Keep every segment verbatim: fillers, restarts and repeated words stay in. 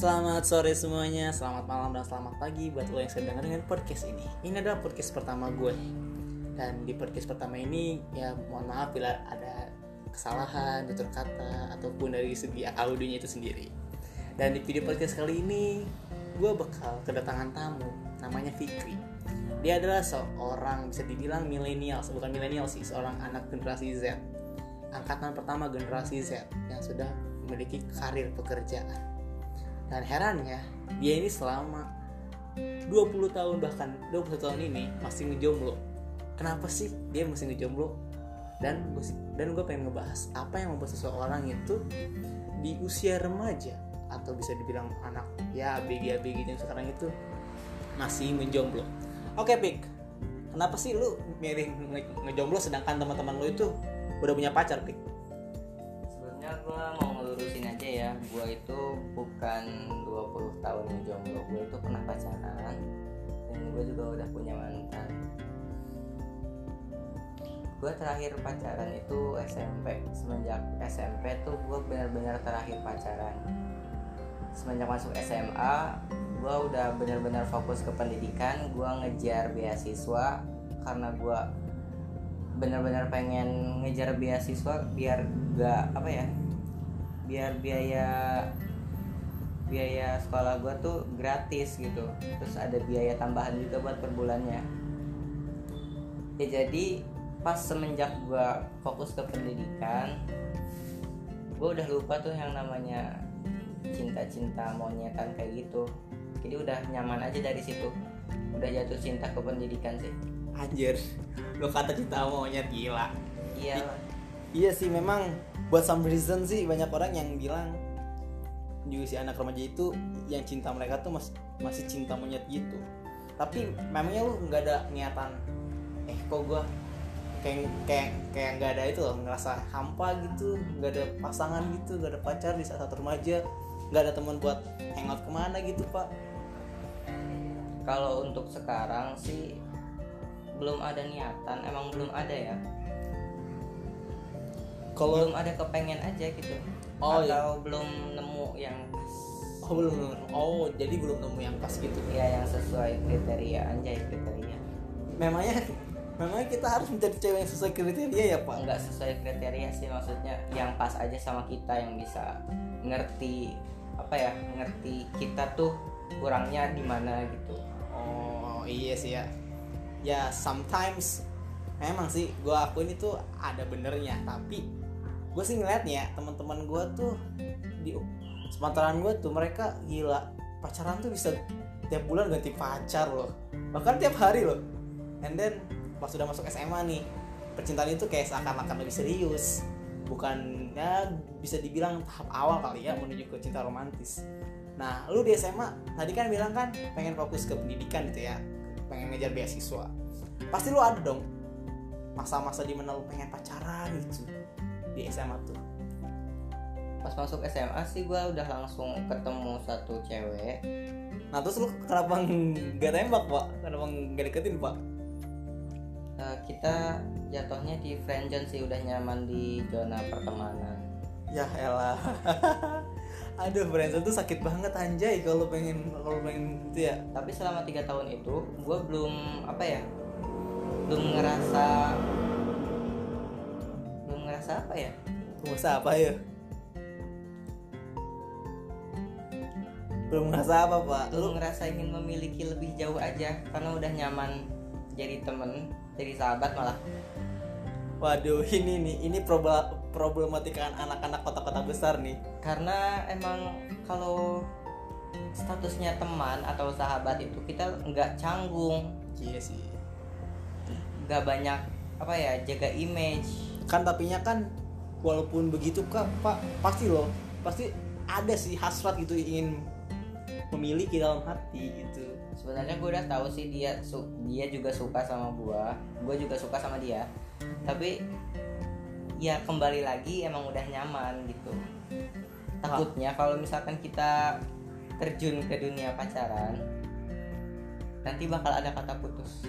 Selamat sore semuanya, selamat malam dan selamat pagi buat lo yang sedang dengerin podcast ini. Ini adalah podcast pertama gue. Dan di podcast pertama ini ya mohon maaf bila ada kesalahan, tutur kata ataupun dari segi audionya itu sendiri. Dan di video podcast kali ini gue bakal kedatangan tamu namanya Fikri. Dia adalah seorang bisa dibilang milenial, bukan milenial sih, seorang anak generasi Z. Angkatan pertama generasi Z yang sudah memiliki karir pekerjaan. Dan herannya, dia ini selama dua puluh tahun bahkan dua puluh tahun ini masih ngejomblo. Kenapa sih dia masih ngejomblo? Dan gue, dan gue pengen ngebahas apa yang membuat seseorang itu di usia remaja atau bisa dibilang anak ya A B G A B G yang sekarang itu masih menjomblo. Oke Pik, kenapa sih lu milih ngejomblo sedangkan teman-teman lu itu udah punya pacar Pik? Sebenarnya gue mau ngelurusin aja ya, gue itu bukan dua puluh tahun jomblo, gue itu pernah pacaran dan gue juga udah punya mantan. Gue terakhir pacaran itu S M P. Semenjak S M P tuh gue benar-benar terakhir pacaran. Semenjak masuk S M A, gue udah benar-benar fokus ke pendidikan. Gue ngejar beasiswa karena gue benar-benar pengen ngejar beasiswa biar gak apa ya, biar biaya biaya sekolah gue tuh gratis gitu, terus ada biaya tambahan juga buat per bulannya ya. Jadi pas semenjak gue fokus ke pendidikan, gue udah lupa tuh yang namanya cinta-cinta monyetan kayak gitu. Jadi udah nyaman aja dari situ, udah jatuh cinta ke pendidikan sih. Anjir, lo kata cinta monyet gila. Iya I- Iya sih, memang buat some reason sih banyak orang yang bilang di usia anak remaja itu yang cinta mereka tuh mas- masih cinta monyet gitu. Tapi memangnya lu nggak ada niatan eh kok gue kayak kayak kayak nggak ada itu loh, ngerasa hampa gitu, nggak ada pasangan gitu, nggak ada pacar di saat saat remaja, nggak ada teman buat hangout kemana gitu Pak? Kalau untuk sekarang sih belum ada niatan, emang belum ada ya. Kalau Belum ada kepengen aja gitu. Oh, atau iya. belum nemu yang pas. oh belum oh jadi belum nemu yang pas gitu. Ya yang sesuai kriteria, anjay kriteria. Memangnya memangnya kita harus mencari cewek yang sesuai kriteria ya Pak? Enggak sesuai kriteria sih, maksudnya yang pas aja sama kita, yang bisa ngerti apa ya, ngerti kita tuh kurangnya di mana gitu. Oh iya sih ya. Ya sometimes memang sih gue akuin itu ada benernya, tapi gue sih ngeliatnya teman-teman gue tuh di sepantaran gue tuh mereka gila pacaran tuh bisa tiap bulan ganti pacar loh, bahkan tiap hari loh. And then pas sudah masuk S M A nih, percintaan itu kayak seakan-akan lebih serius, bukan ya bisa dibilang tahap awal kali ya menuju ke cinta romantis. Nah lu di S M A tadi kan bilang kan pengen fokus ke pendidikan gitu ya, pengen ngejar beasiswa. Pasti lu ada dong masa-masa dimana lu pengen pacaran gitu di S M A tuh. Pas masuk S M A sih gue udah langsung ketemu satu cewek. Nah terus lu kenapa nggak tembak Pak? Kenapa nggak deketin Pak? Uh, kita jatuhnya di friendzone sih, udah nyaman di zona pertemanan. Ya elah. Aduh, friendzone tuh sakit banget anjay kalau pengen kalau pengen gitu ya. Tapi selama tiga tahun itu gue belum apa ya, belum ngerasa belum ngerasa apa ya Ngerasa apa ya? Belum ngerasa apa Pak? belum Lu ngerasa ingin memiliki lebih jauh aja, karena udah nyaman jadi temen, jadi sahabat malah. waduh ini nih, ini proba- problematika anak-anak kota-kota besar nih. Karena emang kalau statusnya teman atau sahabat itu kita nggak canggung, Iya sih. nggak banyak apa ya, jaga image. Kan tapinya kan walaupun begitu Kak, Pak, pasti loh, pasti ada sih hasrat gitu ingin memiliki dalam hati gitu. Sebenarnya gue udah tahu sih dia su- dia juga suka sama gue, gue juga suka sama dia. Tapi ya kembali lagi emang udah nyaman gitu. Takutnya kalau misalkan kita terjun ke dunia pacaran, nanti bakal ada kata putus.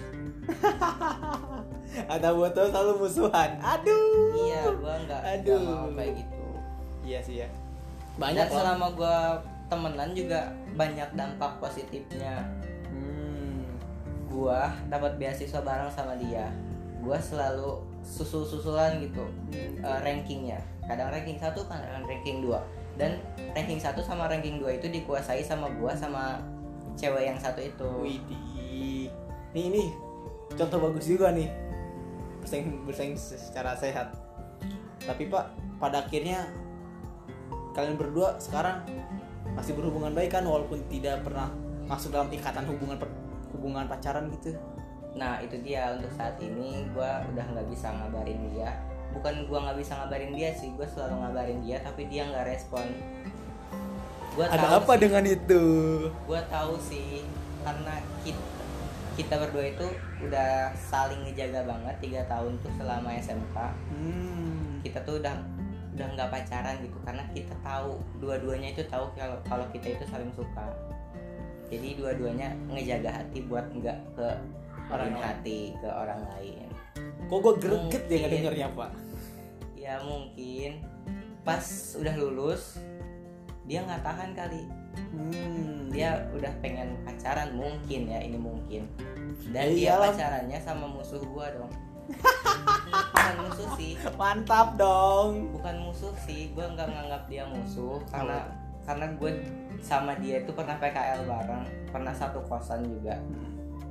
Ada botol selalu musuhan. Aduh. Iya, gue nggak Aduh. mau kayak gitu. Iya sih ya. Banyak Banyak loh. selama gue temenan juga banyak dampak positifnya. Hmm. Gua dapat beasiswa bareng sama dia. Gua selalu susul-susulan gitu uh, rankingnya. Kadang ranking satu, kadang ranking dua. Dan ranking satu sama ranking dua itu dikuasai sama gua sama cewek yang satu itu. Widih. Nih ini contoh bagus juga nih. Bersaing bersaing secara sehat. Tapi Pak, pada akhirnya kalian berdua sekarang masih berhubungan baik kan walaupun tidak pernah masuk dalam ikatan hubungan hubungan pacaran gitu. Nah itu dia, untuk saat ini gue udah nggak bisa ngabarin dia. Bukan gue nggak bisa ngabarin dia sih, gue selalu ngabarin dia tapi dia nggak respon. Gua Ada apa sih, dengan itu? Gue tahu sih karena kita kita berdua itu udah saling ngejaga banget tiga tahun tuh selama S M K. Hmm. Kita tuh udah udah nggak pacaran gitu karena kita tahu dua-duanya itu tahu kalau kalau kita itu saling suka. Jadi dua-duanya ngejaga hati buat nggak ke orang hati ke orang lain. Kok gue greget ya ngedengernya Pak? Ya mungkin pas udah lulus dia nggak tahan kali. Hmm. Dia udah pengen pacaran mungkin ya, ini mungkin. Dan ya, dia pacarannya sama musuh gua dong. Bukan musuh sih. Mantap dong. Bukan musuh sih, gua nggak nganggap dia musuh karena oh. karena gue sama dia itu pernah P K L bareng, pernah satu kosan juga. Hmm.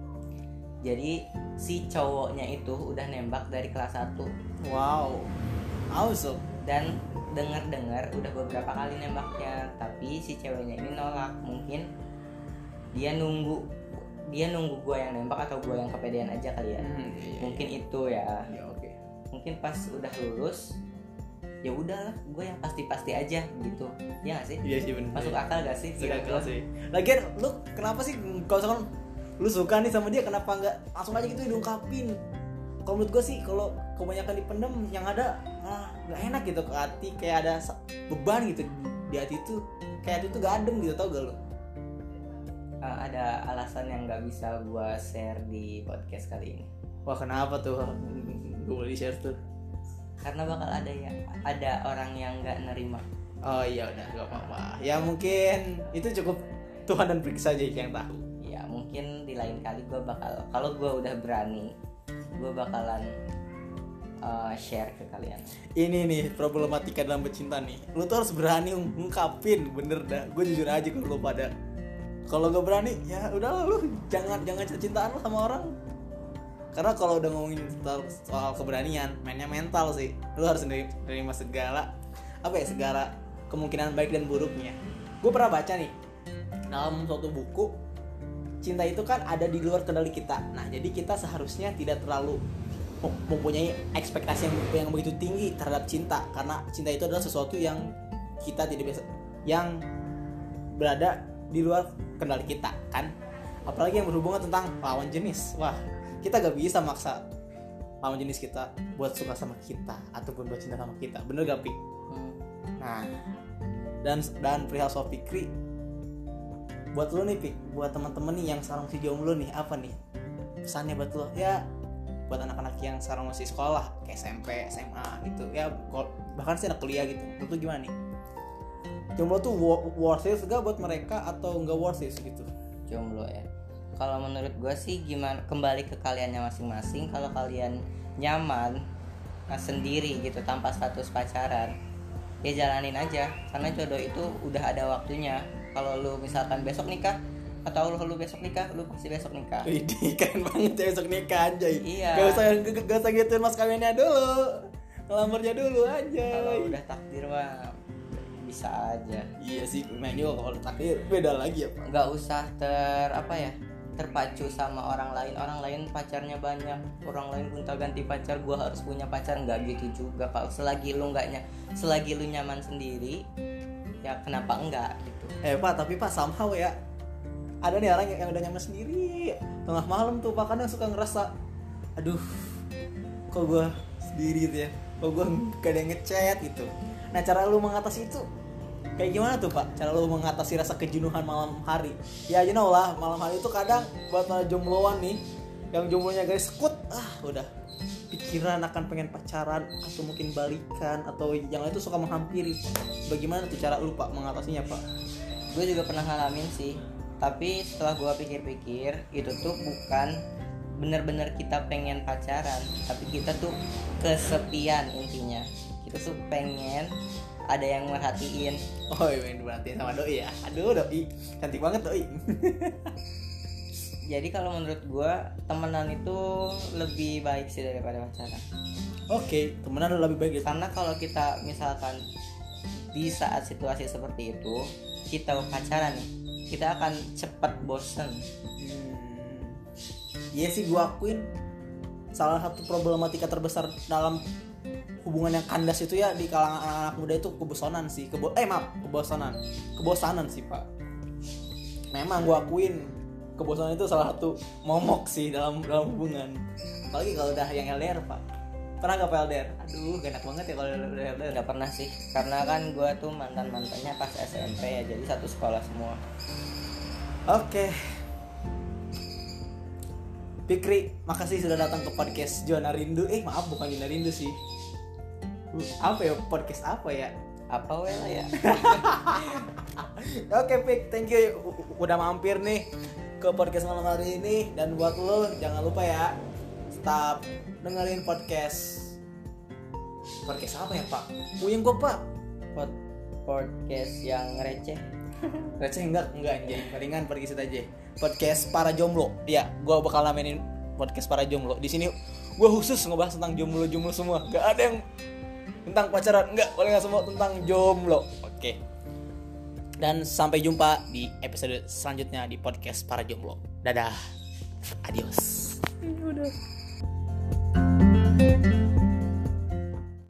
Jadi si cowoknya itu udah nembak dari kelas satu. Wow. Awesome. Dan dengar-dengar udah beberapa kali nembaknya, tapi si ceweknya ini nolak. Mungkin dia nunggu dia nunggu gue yang nembak atau gue yang kepedean aja kali ya. Hmm, iya, mungkin iya. Itu ya. Ya oke. Okay. Mungkin pas udah lulus ya udahlah, gue yang pasti-pasti aja gitu. Ya nggak sih? Iya sih benar. Masuk akal gak sih? Masuk akal sih. Lagian lu kenapa sih kalau misalkan lu suka nih sama dia, kenapa nggak langsung aja gitu diungkapin? Kalau menurut gue sih kalau kebanyakan dipendem yang ada malah nggak enak gitu ke hati, kayak ada beban gitu di hati itu, kayak hati itu gak adem gitu, tau gak lo? Uh, ada alasan yang nggak bisa gue share di podcast kali ini. Wah kenapa tuh? Gue boleh share tuh? Karena bakal ada ya ada orang yang nggak nerima. Oh iya udah gak apa-apa. Ya mungkin itu cukup Tuhan dan periksa aja yang tahu. Ya mungkin di lain kali gue bakal, kalau gue udah berani, gue bakalan uh, share ke kalian. Ini nih problematika dalam bercinta nih. Lu tuh harus berani ngungkapin, bener dah. Gue jujur aja kalau lu pada, kalau gak berani ya udah lu jangan jangan cintaan lu sama orang. Karena kalau udah ngomongin soal keberanian, mainnya mental sih. Lu harus menerima segala apa ya segala kemungkinan baik dan buruknya. Gue pernah baca nih dalam suatu buku, cinta itu kan ada di luar kendali kita. Nah, jadi kita seharusnya tidak terlalu mempunyai ekspektasi yang, yang begitu tinggi terhadap cinta, karena cinta itu adalah sesuatu yang kita tidak biasa, yang berada di luar kendali kita, kan? Apalagi yang berhubungan tentang lawan jenis. Wah, kita gak bisa maksa lawan jenis kita buat suka sama kita ataupun buat cinta sama kita. Bener gak, Pi? Hmm. Nah, dan dan perihal soal Fikri, buat lo nih Pik, buat teman-teman nih yang sekarang masih jomblo nih, apa nih pesannya buat lo? Ya buat anak-anak yang sekarang masih sekolah kayak S M P, S M A gitu ya, bahkan sih anak kuliah gitu, menurut lo gimana nih? Jomblo tuh worth it gak buat mereka atau nggak worth it gitu? Jomblo ya, kalau menurut gue sih gimana, kembali ke kaliannya masing-masing. Kalau kalian nyaman nah, sendiri gitu tanpa status pacaran, ya jalanin aja, karena jodoh itu udah ada waktunya. Kalau lu misalkan besok nikah atau lu, lu besok nikah, lu pasti besok nikah. Widih, keren banget ya besok nikah aja. Iya. Gak usah gak, gak usah gituin mas kawinnya dulu, ngelamarnya dulu aja. Kalau udah takdir mah bisa aja. Iya sih, main juga kalau takdir beda lagi ya Pak. Gak usah ter apa ya terpacu sama orang lain. Orang lain pacarnya banyak, orang lain gonta ganti pacar, gue harus punya pacar. Nggak gitu juga. Kalau selagi lu nggak ny- selagi lu nyaman sendiri, ya kenapa enggak gitu. Eh Pak, tapi Pak somehow ya ada nih orang yang, yang udah nyaman sendiri, tengah malam tuh Pak kadang suka ngerasa, aduh kok gue sendiri gitu ya, kok gue gak ada yang ngechat gitu. Nah cara lu mengatasi itu kayak gimana tuh Pak? Cara lu mengatasi rasa kejenuhan malam hari? Ya you know lah, malam hari itu kadang buat jombloan nih, yang jomblonya guys sekut, ah udah pikiran akan pengen pacaran atau mungkin balikan atau yang lain itu suka menghampiri. Bagaimana tuh cara lu Pak mengatasinya Pak? gue juga pernah ngalamin sih, tapi setelah gue pikir-pikir itu tuh bukan bener-bener kita pengen pacaran, tapi kita tuh kesepian. Intinya kita tuh pengen ada yang merhatiin. Oh iya, yang diperhatiin sama doi ya. Aduh doi, cantik banget doi. Jadi kalau menurut gue temenan itu lebih baik sih daripada pacaran. Oke, temenan lebih baik gitu. Karena kalau kita misalkan di saat situasi seperti itu kita pacaran nih, kita akan cepat bosen. Hmm. Iya sih, gue akuin salah satu problematika terbesar dalam hubungan yang kandas itu ya di kalangan anak-anak muda itu kebosanan sih. Kebo eh maaf, kebosanan. Kebosanan sih, Pak. Memang gue akuin kebosanan itu salah satu momok sih dalam dalam hubungan. Apalagi kalau udah yang L D R, Pak. Pernah gak Pak L D R? Aduh, gak enak banget ya kalau udah L D R. Nggak pernah sih, karena kan gue tuh mantan-mantannya pas S M P ya, jadi satu sekolah semua. Oke. Fikri, makasih sudah datang ke podcast Zona Rindu. Eh maaf, bukan Zona Rindu sih. Apa ya, podcast apa ya? Apa weh lah ya. Oke Fik, thank you U- udah mampir nih ke podcast malam hari ini. Dan buat lo jangan lupa ya, stop dengerin podcast. Podcast apa ya Pak? Puyeng gue Pak. Pod- podcast yang receh. Receh enggak? Enggak anjay, palingan pergi situ aja. Podcast para jomblo. Ya, gue bakal namainin podcast para jomblo. Di sini gue khusus ngebahas tentang jomblo-jomblo semua. Gak ada yang tentang pacaran, enggak, paling nggak semua tentang jomblo. Oke. Dan sampai jumpa di episode selanjutnya di podcast para jomblo. Dadah. Adios. Udah.